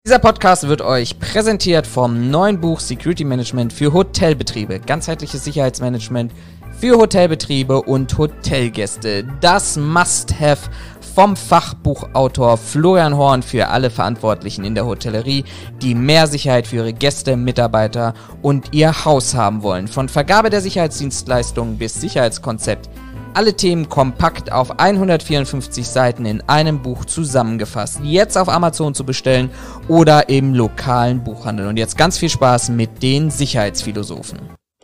Dieser Podcast wird euch präsentiert vom neuen Buch Security Management für Hotelbetriebe. Ganzheitliches Sicherheitsmanagement für Hotelbetriebe und Hotelgäste. Das Must-Have vom Fachbuchautor Florian Horn für alle Verantwortlichen in der Hotellerie, die mehr Sicherheit für ihre Gäste, Mitarbeiter und ihr Haus haben wollen. Von Vergabe der Sicherheitsdienstleistungen bis Sicherheitskonzept. Alle Themen kompakt auf 154 Seiten in einem Buch zusammengefasst. Jetzt auf Amazon zu bestellen oder im lokalen Buchhandel. Und jetzt ganz viel Spaß mit den Sicherheitsphilosophen.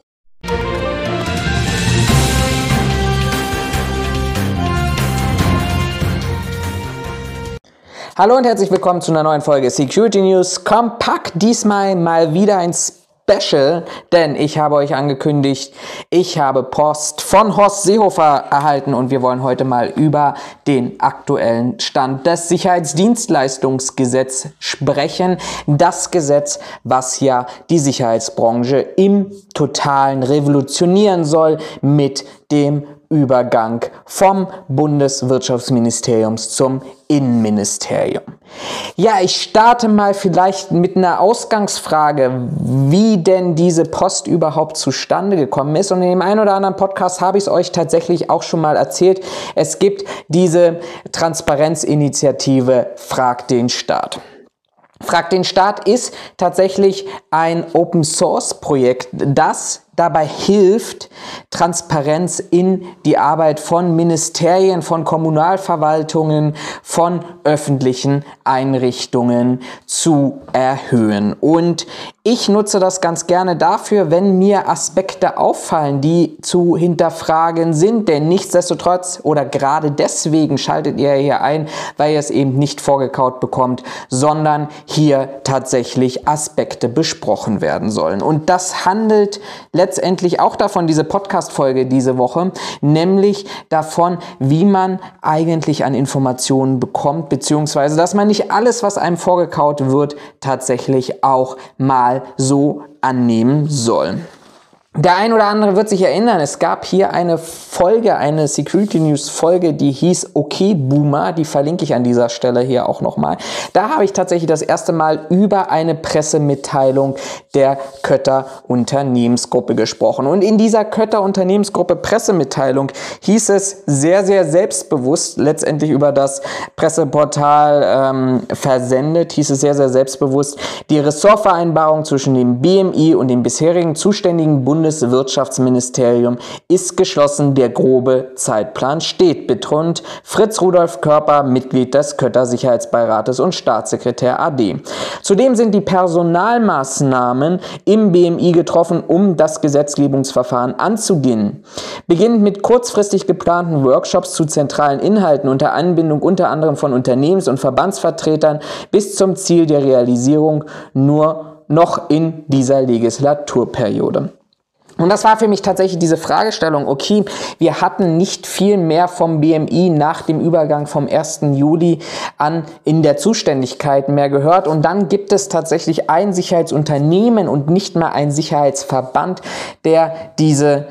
Hallo und herzlich willkommen zu einer neuen Folge Security News Kompakt. Diesmal mal wieder ein Special, denn ich habe euch angekündigt, ich habe Post von Horst Seehofer erhalten und wir wollen heute mal über den aktuellen Stand des Sicherheitsdienstleistungsgesetzes sprechen. Das Gesetz, was ja die Sicherheitsbranche im Totalen revolutionieren soll mit dem Übergang vom Bundeswirtschaftsministerium zum Innenministerium. Ja, ich starte mal vielleicht mit einer Ausgangsfrage, wie denn diese Post überhaupt zustande gekommen ist. Und in dem einen oder anderen Podcast habe ich es euch tatsächlich auch schon mal erzählt. Es gibt diese Transparenzinitiative Frag den Staat. Frag den Staat ist tatsächlich ein Open-Source-Projekt, das dabei hilft, Transparenz in die Arbeit von Ministerien, von Kommunalverwaltungen, von öffentlichen Einrichtungen zu erhöhen. Und ich nutze das ganz gerne dafür, wenn mir Aspekte auffallen, die zu hinterfragen sind. Denn nichtsdestotrotz oder gerade deswegen schaltet ihr hier ein, weil ihr es eben nicht vorgekaut bekommt, sondern hier tatsächlich Aspekte besprochen werden sollen. Und das handelt letztendlich auch davon, diese Podcast-Folge diese Woche, nämlich davon, wie man eigentlich an Informationen bekommt, beziehungsweise, dass man nicht alles, was einem vorgekaut wird, tatsächlich auch mal so annehmen soll. Der ein oder andere wird sich erinnern, es gab hier eine Folge, eine Security News Folge, die hieß Okay Boomer, die verlinke ich an dieser Stelle hier auch nochmal. Da habe ich tatsächlich das erste Mal über eine Pressemitteilung der Kötter Unternehmensgruppe gesprochen. Und in dieser Kötter Unternehmensgruppe Pressemitteilung hieß es sehr, sehr selbstbewusst, letztendlich über das Presseportal versendet, hieß es sehr, sehr selbstbewusst, die Ressortvereinbarung zwischen dem BMI und dem bisherigen zuständigen Bundeswirtschaftsministerium ist geschlossen, der grobe Zeitplan steht, betont Fritz Rudolf Körper, Mitglied des Kötter Sicherheitsbeirates und Staatssekretär AD. Zudem sind die Personalmaßnahmen im BMI getroffen, um das Gesetzgebungsverfahren anzugehen. Beginnend mit kurzfristig geplanten Workshops zu zentralen Inhalten unter Anbindung unter anderem von Unternehmens- und Verbandsvertretern bis zum Ziel der Realisierung nur noch in dieser Legislaturperiode. Und das war für mich tatsächlich diese Fragestellung, okay, wir hatten nicht viel mehr vom BMI nach dem Übergang vom 1. Juli an in der Zuständigkeit mehr gehört. Und dann gibt es tatsächlich ein Sicherheitsunternehmen und nicht mehr ein Sicherheitsverband, der diese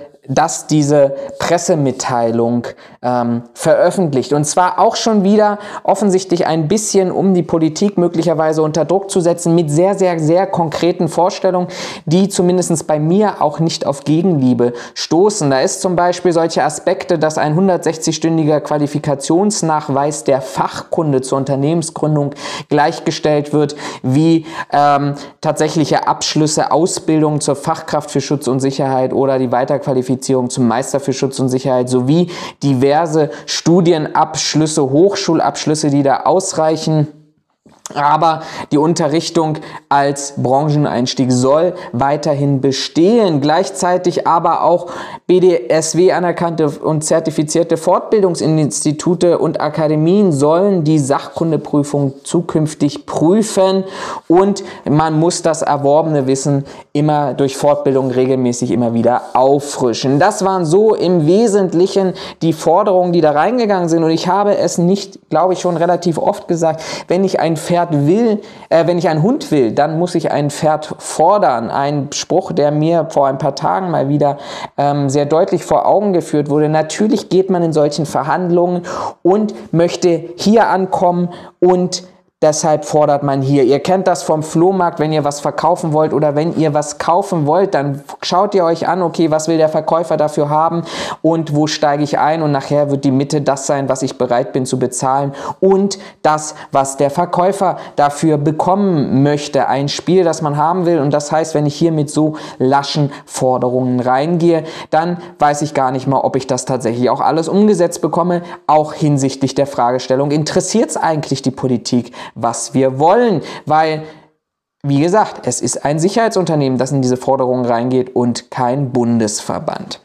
Pressemitteilung veröffentlicht. Und zwar auch schon wieder offensichtlich ein bisschen, um die Politik möglicherweise unter Druck zu setzen, mit sehr, sehr, sehr konkreten Vorstellungen, die zumindest bei mir auch nicht auf Gegenliebe stoßen. Da ist zum Beispiel solche Aspekte, dass ein 160-stündiger Qualifikationsnachweis der Fachkunde zur Unternehmensgründung gleichgestellt wird, wie tatsächliche Abschlüsse, Ausbildung zur Fachkraft für Schutz und Sicherheit oder die Weiterqualifizierung zum Meister für Schutz und Sicherheit sowie diverse Studienabschlüsse, Hochschulabschlüsse, die da ausreichen. Aber die Unterrichtung als Brancheneinstieg soll weiterhin bestehen. Gleichzeitig aber auch BDSW anerkannte und zertifizierte Fortbildungsinstitute und Akademien sollen die Sachkundeprüfung zukünftig prüfen und man muss das erworbene Wissen immer durch Fortbildung regelmäßig immer wieder auffrischen. Das waren so im Wesentlichen die Forderungen, die da reingegangen sind und ich habe es nicht, glaube ich, schon relativ oft gesagt, wenn ich ein wenn ich einen Hund will, dann muss ich ein Pferd fordern. Ein Spruch, der mir vor ein paar Tagen mal wieder sehr deutlich vor Augen geführt wurde. Natürlich geht man in solchen Verhandlungen und möchte hier ankommen und deshalb fordert man hier. Ihr kennt das vom Flohmarkt, wenn ihr was verkaufen wollt oder wenn ihr was kaufen wollt, dann schaut ihr euch an, okay, was will der Verkäufer dafür haben und wo steige ich ein, und nachher wird die Mitte das sein, was ich bereit bin zu bezahlen und das, was der Verkäufer dafür bekommen möchte. Ein Spiel, das man haben will, und das heißt, wenn ich hier mit so laschen Forderungen reingehe, dann weiß ich gar nicht mal, ob ich das tatsächlich auch alles umgesetzt bekomme, auch hinsichtlich der Fragestellung, interessiert es eigentlich die Politik, was wir wollen, weil, wie gesagt, es ist ein Sicherheitsunternehmen, das in diese Forderungen reingeht und kein Bundesverband.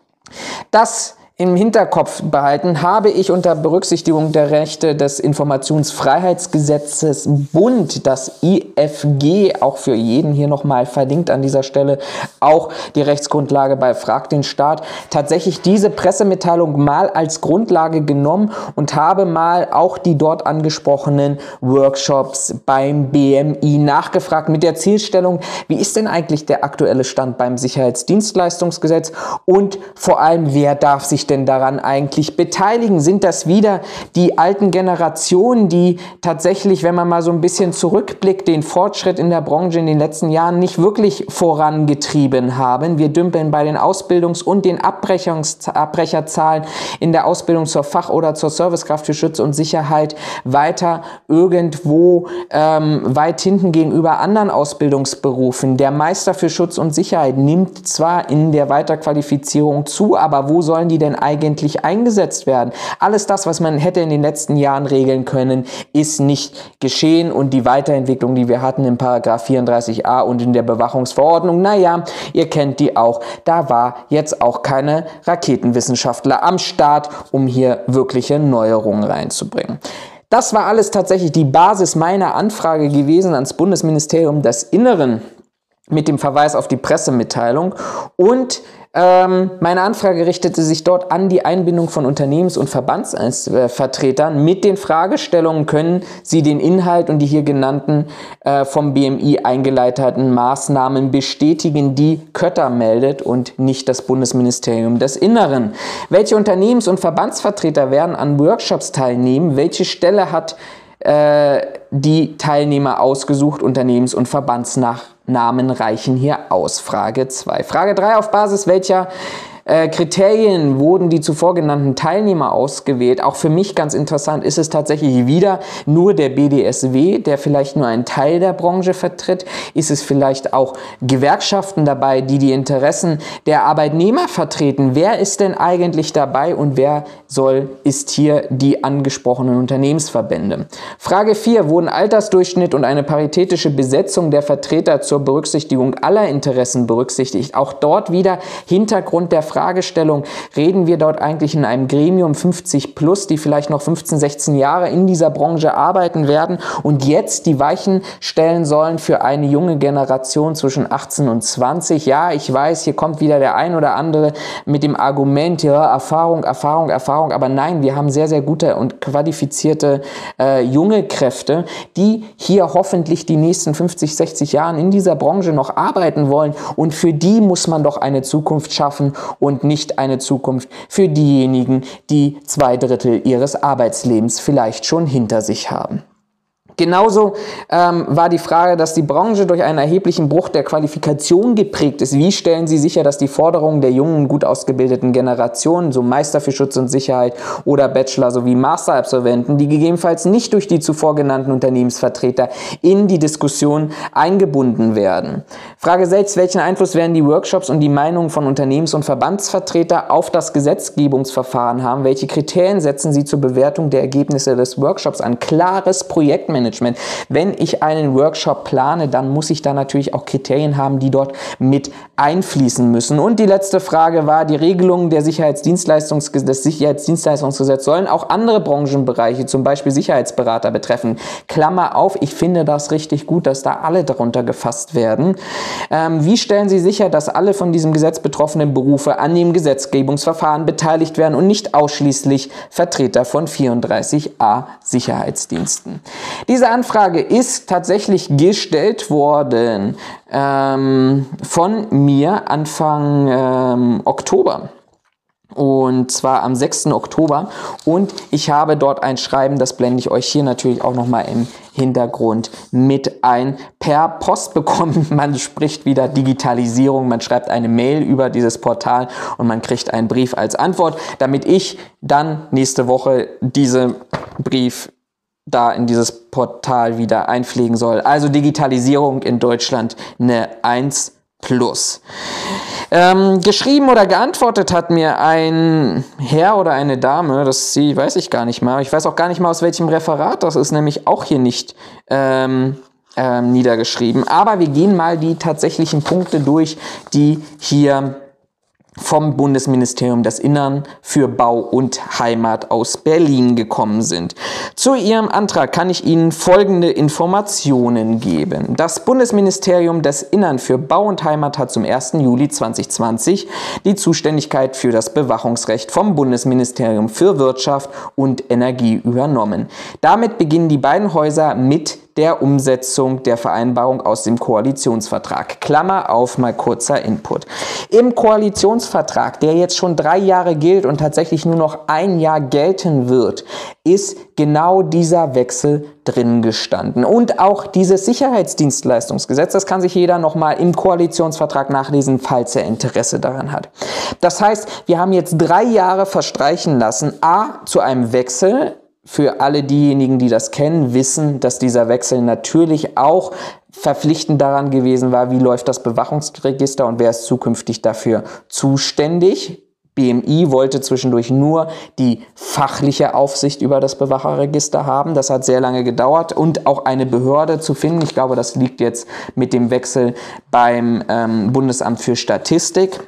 Das im Hinterkopf behalten habe ich unter Berücksichtigung der Rechte des Informationsfreiheitsgesetzes Bund, das IFG, auch für jeden hier nochmal verlinkt an dieser Stelle, auch die Rechtsgrundlage bei Frag den Staat, tatsächlich diese Pressemitteilung mal als Grundlage genommen und habe mal auch die dort angesprochenen Workshops beim BMI nachgefragt mit der Zielstellung, wie ist denn eigentlich der aktuelle Stand beim Sicherheitsdienstleistungsgesetz und vor allem, wer darf sich denn daran eigentlich beteiligen? Sind das wieder die alten Generationen, die tatsächlich, wenn man mal so ein bisschen zurückblickt, den Fortschritt in der Branche in den letzten Jahren nicht wirklich vorangetrieben haben? Wir dümpeln bei den Ausbildungs- und den Abbrecherzahlen in der Ausbildung zur Fach- oder zur Servicekraft für Schutz und Sicherheit weiter irgendwo weit hinten gegenüber anderen Ausbildungsberufen. Der Meister für Schutz und Sicherheit nimmt zwar in der Weiterqualifizierung zu, aber wo sollen die denn eigentlich eingesetzt werden? Alles das, was man hätte in den letzten Jahren regeln können, ist nicht geschehen, und die Weiterentwicklung, die wir hatten im Paragraph 34a und in der Bewachungsverordnung, naja, ihr kennt die auch, da war jetzt auch keine Raketenwissenschaftler am Start, um hier wirkliche Neuerungen reinzubringen. Das war alles tatsächlich die Basis meiner Anfrage gewesen ans Bundesministerium des Inneren mit dem Verweis auf die Pressemitteilung, und meine Anfrage richtete sich dort an die Einbindung von Unternehmens- und Verbandsvertretern mit den Fragestellungen, können sie den Inhalt und die hier genannten vom BMI eingeleiteten Maßnahmen bestätigen, die Kötter meldet und nicht das Bundesministerium des Inneren. Welche Unternehmens- und Verbandsvertreter werden an Workshops teilnehmen? Welche Stelle hat die Teilnehmer ausgesucht? Unternehmens- und Verbandsnamen reichen hier aus. Frage 2. Frage 3. Auf Basis welcher Kriterien wurden die zuvor genannten Teilnehmer ausgewählt? Auch für mich ganz interessant, ist es tatsächlich wieder nur der BDSW, der vielleicht nur einen Teil der Branche vertritt? Ist es vielleicht auch Gewerkschaften dabei, die die Interessen der Arbeitnehmer vertreten? Wer ist denn eigentlich dabei und wer ist hier die angesprochenen Unternehmensverbände? Frage 4. Wurden Altersdurchschnitt und eine paritätische Besetzung der Vertreter zur Berücksichtigung aller Interessen berücksichtigt? Auch dort wieder Hintergrund der Fragestellung, reden wir dort eigentlich in einem Gremium 50 plus, die vielleicht noch 15, 16 Jahre in dieser Branche arbeiten werden und jetzt die Weichen stellen sollen für eine junge Generation zwischen 18 und 20. Ja, ich weiß, hier kommt wieder der ein oder andere mit dem Argument, ja, Erfahrung, aber nein, wir haben sehr, sehr gute und qualifizierte junge Kräfte, die hier hoffentlich die nächsten 50, 60 Jahren in dieser Branche noch arbeiten wollen, und für die muss man doch eine Zukunft schaffen und nicht eine Zukunft für diejenigen, die 2/3 ihres Arbeitslebens vielleicht schon hinter sich haben. Genauso war die Frage, dass die Branche durch einen erheblichen Bruch der Qualifikation geprägt ist. Wie stellen Sie sicher, dass die Forderungen der jungen, gut ausgebildeten Generationen, so Meister für Schutz und Sicherheit oder Bachelor- sowie Masterabsolventen, die gegebenenfalls nicht durch die zuvor genannten Unternehmensvertreter in die Diskussion eingebunden werden? Frage 6. Welchen Einfluss werden die Workshops und die Meinungen von Unternehmens- und Verbandsvertretern auf das Gesetzgebungsverfahren haben? Welche Kriterien setzen Sie zur Bewertung der Ergebnisse des Workshops an? Klares Projektmanagement. Wenn ich einen Workshop plane, dann muss ich da natürlich auch Kriterien haben, die dort mit einfließen müssen. Und die letzte Frage war, die Regelungen des Sicherheitsdienstleistungsgesetzes sollen auch andere Branchenbereiche, zum Beispiel Sicherheitsberater, betreffen. Klammer auf, ich finde das richtig gut, dass da alle darunter gefasst werden. Wie stellen Sie sicher, dass alle von diesem Gesetz betroffenen Berufe an dem Gesetzgebungsverfahren beteiligt werden und nicht ausschließlich Vertreter von 34a Sicherheitsdiensten? Diese Anfrage ist tatsächlich gestellt worden von mir Anfang Oktober. Und zwar am 6. Oktober. Und ich habe dort ein Schreiben, das blende ich euch hier natürlich auch nochmal im Hintergrund mit ein, per Post bekommen. Man spricht wieder Digitalisierung, man schreibt eine Mail über dieses Portal und man kriegt einen Brief als Antwort, damit ich dann nächste Woche diesen Brief da in dieses Portal wieder einpflegen soll. Also Digitalisierung in Deutschland eine 1+. Geschrieben oder geantwortet hat mir ein Herr oder eine Dame, das weiß ich gar nicht mal. Ich weiß auch gar nicht mal, aus welchem Referat das ist, nämlich auch hier nicht niedergeschrieben. Aber wir gehen mal die tatsächlichen Punkte durch, die hier vom Bundesministerium des Innern für Bau und Heimat aus Berlin gekommen sind. Zu Ihrem Antrag kann ich Ihnen folgende Informationen geben. Das Bundesministerium des Innern für Bau und Heimat hat zum 1. Juli 2020 die Zuständigkeit für das Bewachungsrecht vom Bundesministerium für Wirtschaft und Energie übernommen. Damit beginnen die beiden Häuser mit der Umsetzung der Vereinbarung aus dem Koalitionsvertrag. Klammer auf, mal kurzer Input. Im Koalitionsvertrag, der jetzt schon 3 Jahre gilt und tatsächlich nur noch 1 Jahr gelten wird, ist genau dieser Wechsel drin gestanden. Und auch dieses Sicherheitsdienstleistungsgesetz, das kann sich jeder nochmal im Koalitionsvertrag nachlesen, falls er Interesse daran hat. Das heißt, wir haben jetzt 3 Jahre verstreichen lassen, zu einem Wechsel. Für alle diejenigen, die das kennen, wissen, dass dieser Wechsel natürlich auch verpflichtend daran gewesen war, wie läuft das Bewachungsregister und wer ist zukünftig dafür zuständig. BMI wollte zwischendurch nur die fachliche Aufsicht über das Bewacherregister haben. Das hat sehr lange gedauert und auch eine Behörde zu finden. Ich glaube, das liegt jetzt mit dem Wechsel beim Bundesamt für Statistik.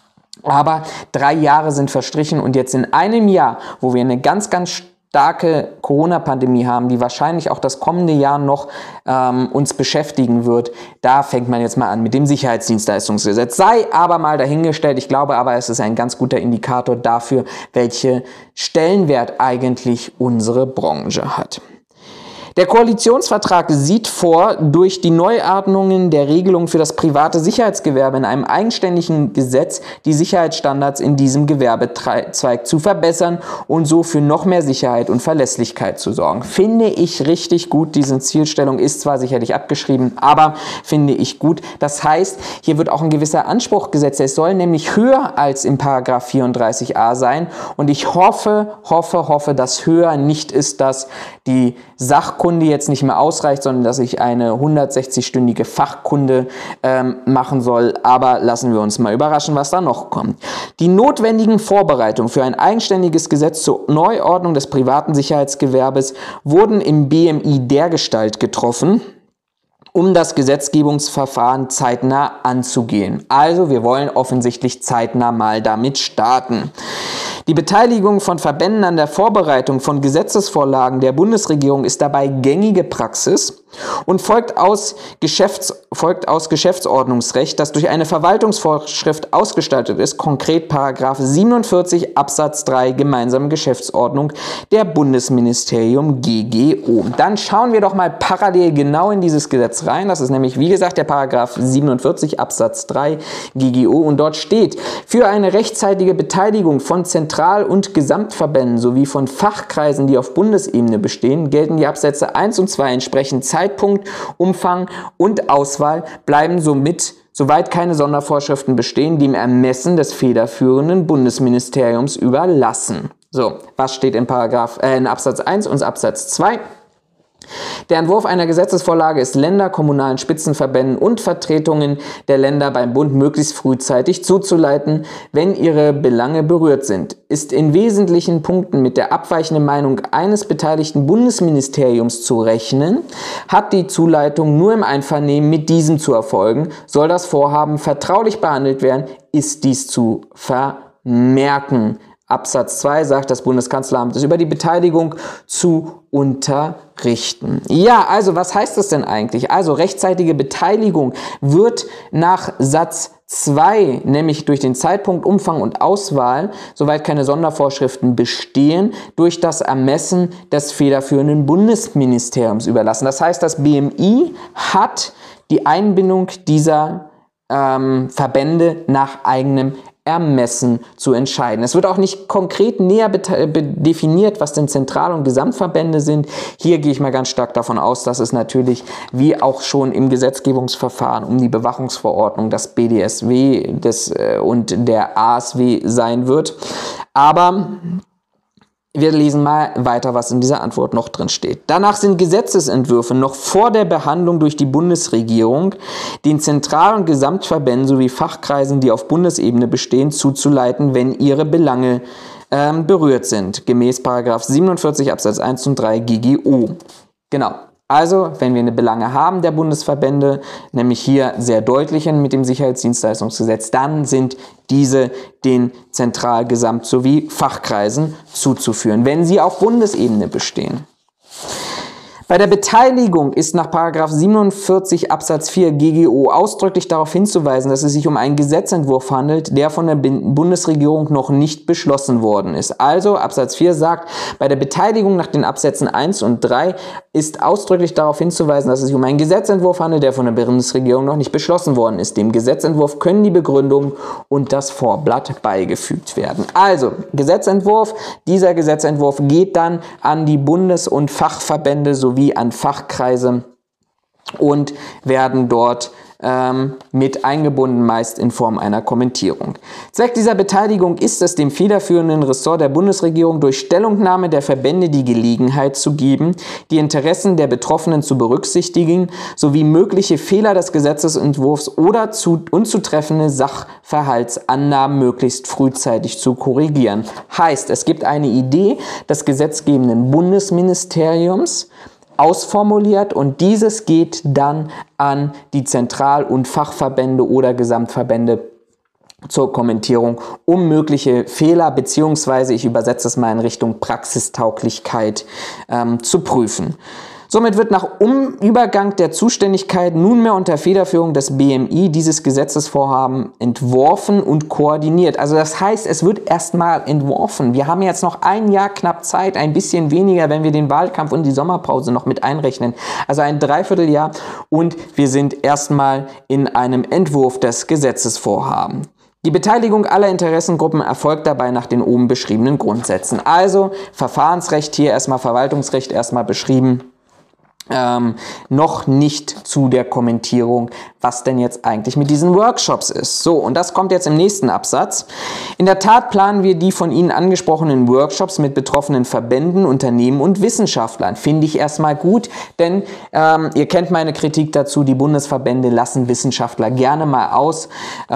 Aber 3 Jahre sind verstrichen und jetzt in einem Jahr, wo wir eine ganz starke Corona-Pandemie haben, die wahrscheinlich auch das kommende Jahr noch uns beschäftigen wird, da fängt man jetzt mal an mit dem Sicherheitsdienstleistungsgesetz. Sei aber mal dahingestellt, ich glaube aber, es ist ein ganz guter Indikator dafür, welche Stellenwert eigentlich unsere Branche hat. Der Koalitionsvertrag sieht vor, durch die Neuordnungen der Regelung für das private Sicherheitsgewerbe in einem eigenständigen Gesetz die Sicherheitsstandards in diesem Gewerbezweig zu verbessern und so für noch mehr Sicherheit und Verlässlichkeit zu sorgen. Finde ich richtig gut. Diese Zielstellung ist zwar sicherlich abgeschrieben, aber finde ich gut. Das heißt, hier wird auch ein gewisser Anspruch gesetzt. Es soll nämlich höher als im Paragraph 34a sein und ich hoffe, dass höher nicht ist, dass die Sachkunde jetzt nicht mehr ausreicht, sondern dass ich eine 160-stündige Fachkunde machen soll. Aber lassen wir uns mal überraschen, was da noch kommt. Die notwendigen Vorbereitungen für ein eigenständiges Gesetz zur Neuordnung des privaten Sicherheitsgewerbes wurden im BMI dergestalt getroffen, um das Gesetzgebungsverfahren zeitnah anzugehen. Also wir wollen offensichtlich zeitnah mal damit starten. Die Beteiligung von Verbänden an der Vorbereitung von Gesetzesvorlagen der Bundesregierung ist dabei gängige Praxis und folgt aus Geschäftsordnungsrecht, das durch eine Verwaltungsvorschrift ausgestaltet ist, konkret Paragraph 47 Absatz 3 Gemeinsame Geschäftsordnung der Bundesministerium GGO. Dann schauen wir doch mal parallel genau in dieses Gesetz rein. Das ist nämlich, wie gesagt, der Paragraph 47 Absatz 3 GGO und dort steht: Für eine rechtzeitige Beteiligung von Zentral- und Gesamtverbänden sowie von Fachkreisen, die auf Bundesebene bestehen, gelten die Absätze 1 und 2 entsprechend Zeitpunkt, Umfang und Auswahl, bleiben somit, soweit keine Sondervorschriften bestehen, dem Ermessen des federführenden Bundesministeriums überlassen. So, was steht in Absatz 1 und Absatz 2? Der Entwurf einer Gesetzesvorlage ist Länder, kommunalen Spitzenverbänden und Vertretungen der Länder beim Bund möglichst frühzeitig zuzuleiten, wenn ihre Belange berührt sind. Ist in wesentlichen Punkten mit der abweichenden Meinung eines beteiligten Bundesministeriums zu rechnen, hat die Zuleitung nur im Einvernehmen mit diesem zu erfolgen. Soll das Vorhaben vertraulich behandelt werden, ist dies zu vermerken. Absatz 2 sagt, das Bundeskanzleramt ist über die Beteiligung zu unterrichten. Ja, also was heißt das denn eigentlich? Also rechtzeitige Beteiligung wird nach Satz 2, nämlich durch den Zeitpunkt, Umfang und Auswahl, soweit keine Sondervorschriften bestehen, durch das Ermessen des federführenden Bundesministeriums überlassen. Das heißt, das BMI hat die Einbindung dieser Verbände nach eigenem Ermessen zu entscheiden. Es wird auch nicht konkret näher definiert, was denn Zentral- und Gesamtverbände sind. Hier gehe ich mal ganz stark davon aus, dass es natürlich, wie auch schon im Gesetzgebungsverfahren um die Bewachungsverordnung, das BDSW und der ASW sein wird. Aber wir lesen mal weiter, was in dieser Antwort noch drin steht. Danach sind Gesetzesentwürfe noch vor der Behandlung durch die Bundesregierung den Zentral- und Gesamtverbänden sowie Fachkreisen, die auf Bundesebene bestehen, zuzuleiten, wenn ihre Belange berührt sind, gemäß § 47 Absatz 1 und 3 GGO. Genau. Also, wenn wir eine Belange haben der Bundesverbände, nämlich hier sehr deutlich mit dem Sicherheitsdienstleistungsgesetz, dann sind diese den Zentral-, Gesamt- sowie Fachkreisen zuzuführen, wenn sie auf Bundesebene bestehen. Bei der Beteiligung ist nach § 47 Absatz 4 GGO ausdrücklich darauf hinzuweisen, dass es sich um einen Gesetzentwurf handelt, der von der Bundesregierung noch nicht beschlossen worden ist. Also Absatz 4 sagt, bei der Beteiligung nach den Absätzen 1 und 3 ist ausdrücklich darauf hinzuweisen, dass es sich um einen Gesetzentwurf handelt, der von der Bundesregierung noch nicht beschlossen worden ist. Dem Gesetzentwurf können die Begründung und das Vorblatt beigefügt werden. Also Gesetzentwurf, dieser Gesetzentwurf geht dann an die Bundes- und Fachverbände sowie an Fachkreise und werden dort mit eingebunden, meist in Form einer Kommentierung. Zweck dieser Beteiligung ist es, dem federführenden Ressort der Bundesregierung durch Stellungnahme der Verbände die Gelegenheit zu geben, die Interessen der Betroffenen zu berücksichtigen, sowie mögliche Fehler des Gesetzesentwurfs oder unzutreffende Sachverhaltsannahmen möglichst frühzeitig zu korrigieren. Heißt, es gibt eine Idee des gesetzgebenden Bundesministeriums, ausformuliert und dieses geht dann an die Zentral- und Fachverbände oder Gesamtverbände zur Kommentierung, um mögliche Fehler beziehungsweise, ich übersetze es mal in Richtung Praxistauglichkeit, zu prüfen. Somit wird nach Übergang der Zuständigkeit nunmehr unter Federführung des BMI dieses Gesetzesvorhaben entworfen und koordiniert. Also das heißt, es wird erstmal entworfen. Wir haben jetzt noch ein Jahr knapp Zeit, ein bisschen weniger, wenn wir den Wahlkampf und die Sommerpause noch mit einrechnen. Also ein Dreivierteljahr und wir sind erstmal in einem Entwurf des Gesetzesvorhabens. Die Beteiligung aller Interessengruppen erfolgt dabei nach den oben beschriebenen Grundsätzen. Also Verfahrensrecht hier erstmal, Verwaltungsrecht erstmal beschrieben. Noch nicht zu der Kommentierung, was denn jetzt eigentlich mit diesen Workshops ist. So, und das kommt jetzt im nächsten Absatz. In der Tat planen wir die von Ihnen angesprochenen Workshops mit betroffenen Verbänden, Unternehmen und Wissenschaftlern. Finde ich erstmal gut, denn ihr kennt meine Kritik dazu, die Bundesverbände lassen Wissenschaftler gerne mal aus,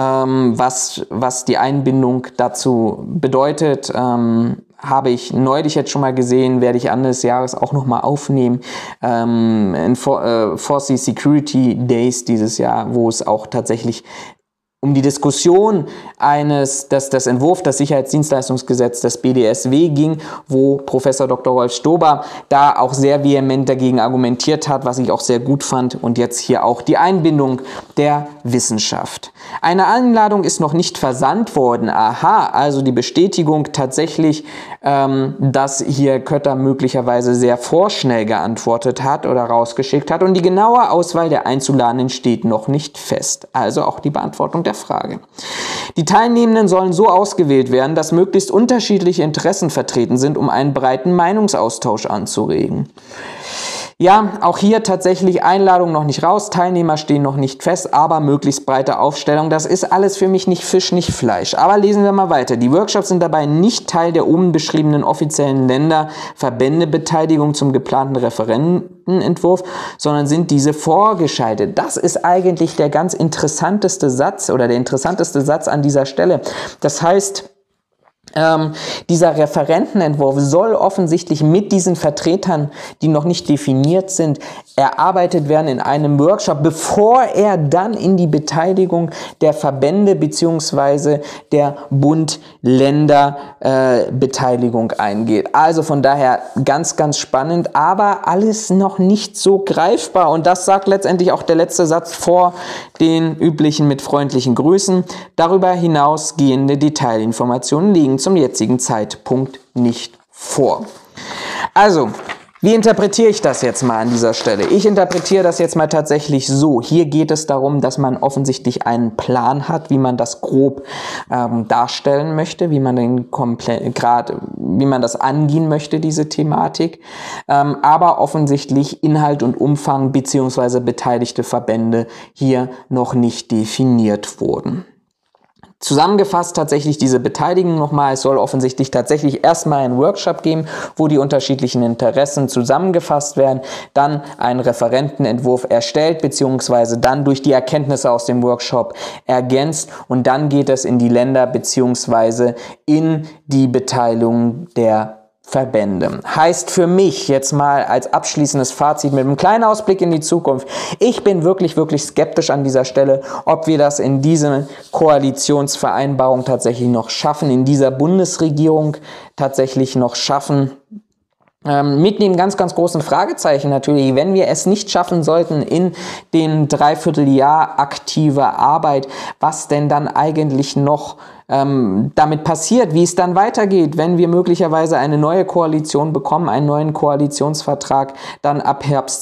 was die Einbindung dazu bedeutet. Habe ich neulich jetzt schon mal gesehen, werde ich Ende des Jahres auch nochmal aufnehmen, in Force Security Days dieses Jahr, wo es auch tatsächlich um die Diskussion des Entwurfs des Sicherheitsdienstleistungsgesetzes des BDSW ging, wo Professor Dr. Rolf Stober da auch sehr vehement dagegen argumentiert hat, was ich auch sehr gut fand, und jetzt hier auch die Einbindung der Wissenschaft. Eine Einladung ist noch nicht versandt worden. Aha, also die Bestätigung tatsächlich, dass hier Kötter möglicherweise sehr vorschnell geantwortet hat oder rausgeschickt hat, und die genaue Auswahl der Einzuladenden steht noch nicht fest. Also auch die Beantwortung der Frage. Die Teilnehmenden sollen so ausgewählt werden, dass möglichst unterschiedliche Interessen vertreten sind, um einen breiten Meinungsaustausch anzuregen. Ja, auch hier tatsächlich Einladung noch nicht raus, Teilnehmer stehen noch nicht fest, aber möglichst breite Aufstellung. Das ist alles für mich nicht Fisch, nicht Fleisch. Aber lesen wir mal weiter. Die Workshops sind dabei nicht Teil der oben beschriebenen offiziellen Länderverbändebeteiligung zum geplanten Referentenentwurf, sondern sind diese vorgeschaltet. Das ist eigentlich der ganz interessanteste Satz oder der interessanteste Satz an dieser Stelle. Das heißt, dieser Referentenentwurf soll offensichtlich mit diesen Vertretern, die noch nicht definiert sind, erarbeitet werden in einem Workshop, bevor er dann in die Beteiligung der Verbände bzw. der Bund-Länder-Beteiligung eingeht. Also von daher ganz, ganz spannend, aber alles noch nicht so greifbar. Und das sagt letztendlich auch der letzte Satz vor den üblichen mit freundlichen Grüßen. Darüber hinausgehende Detailinformationen liegen zum jetzigen Zeitpunkt nicht vor. Also, Wie interpretiere ich das jetzt mal an dieser Stelle? Ich interpretiere das jetzt mal tatsächlich so. Hier geht es darum, dass man offensichtlich einen Plan hat, wie man das grob darstellen möchte, wie man den wie man das angehen möchte, diese Thematik. Aber offensichtlich Inhalt und Umfang bzw. beteiligte Verbände hier noch nicht definiert wurden. Zusammengefasst tatsächlich diese Beteiligung nochmal. Es soll offensichtlich tatsächlich erstmal einen Workshop geben, wo die unterschiedlichen Interessen zusammengefasst werden, dann ein Referentenentwurf erstellt bzw. dann durch die Erkenntnisse aus dem Workshop ergänzt und dann geht es in die Länder bzw. in die Beteiligung der Verbände. Heißt für mich jetzt mal als abschließendes Fazit mit einem kleinen Ausblick in die Zukunft, ich bin wirklich skeptisch an dieser Stelle, ob wir das in dieser Koalitionsvereinbarung tatsächlich noch schaffen, in dieser Bundesregierung tatsächlich noch schaffen. Mit dem ganz großen Fragezeichen natürlich, wenn wir es nicht schaffen sollten in dem Dreivierteljahr aktiver Arbeit, was denn dann eigentlich noch damit passiert, wie es dann weitergeht, wenn wir möglicherweise eine neue Koalition bekommen, einen neuen Koalitionsvertrag dann ab Herbst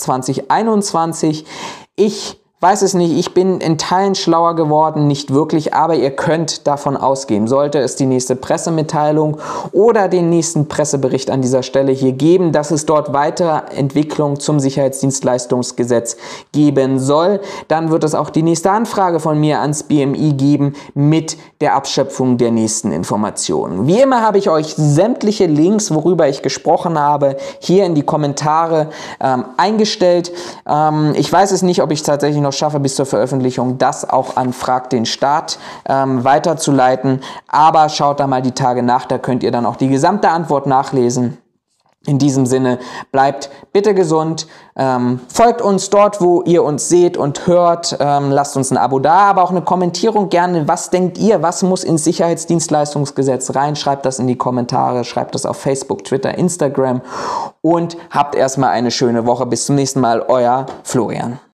2021. Ich weiß es nicht, ich bin in Teilen schlauer geworden, nicht wirklich, aber ihr könnt davon ausgehen, sollte es die nächste Pressemitteilung oder den nächsten Pressebericht an dieser Stelle hier geben, dass es dort Weiterentwicklung zum Sicherheitsdienstleistungsgesetz geben soll, dann wird es auch die nächste Anfrage von mir ans BMI geben mit der Abschöpfung der nächsten Informationen. Wie immer habe ich euch sämtliche Links, worüber ich gesprochen habe, hier in die Kommentare eingestellt. Ich weiß es nicht, ob ich tatsächlich noch schaffe, bis zur Veröffentlichung das auch an Frag den Staat weiterzuleiten. Aber schaut da mal die Tage nach, da könnt ihr dann auch die gesamte Antwort nachlesen. In diesem Sinne, bleibt bitte gesund, folgt uns dort, wo ihr uns seht und hört, lasst uns ein Abo da, aber auch eine Kommentierung gerne. Was denkt ihr, was muss ins Sicherheitsdienstleistungsgesetz rein? Schreibt das in die Kommentare, schreibt das auf Facebook, Twitter, Instagram und habt erstmal eine schöne Woche. Bis zum nächsten Mal, euer Florian.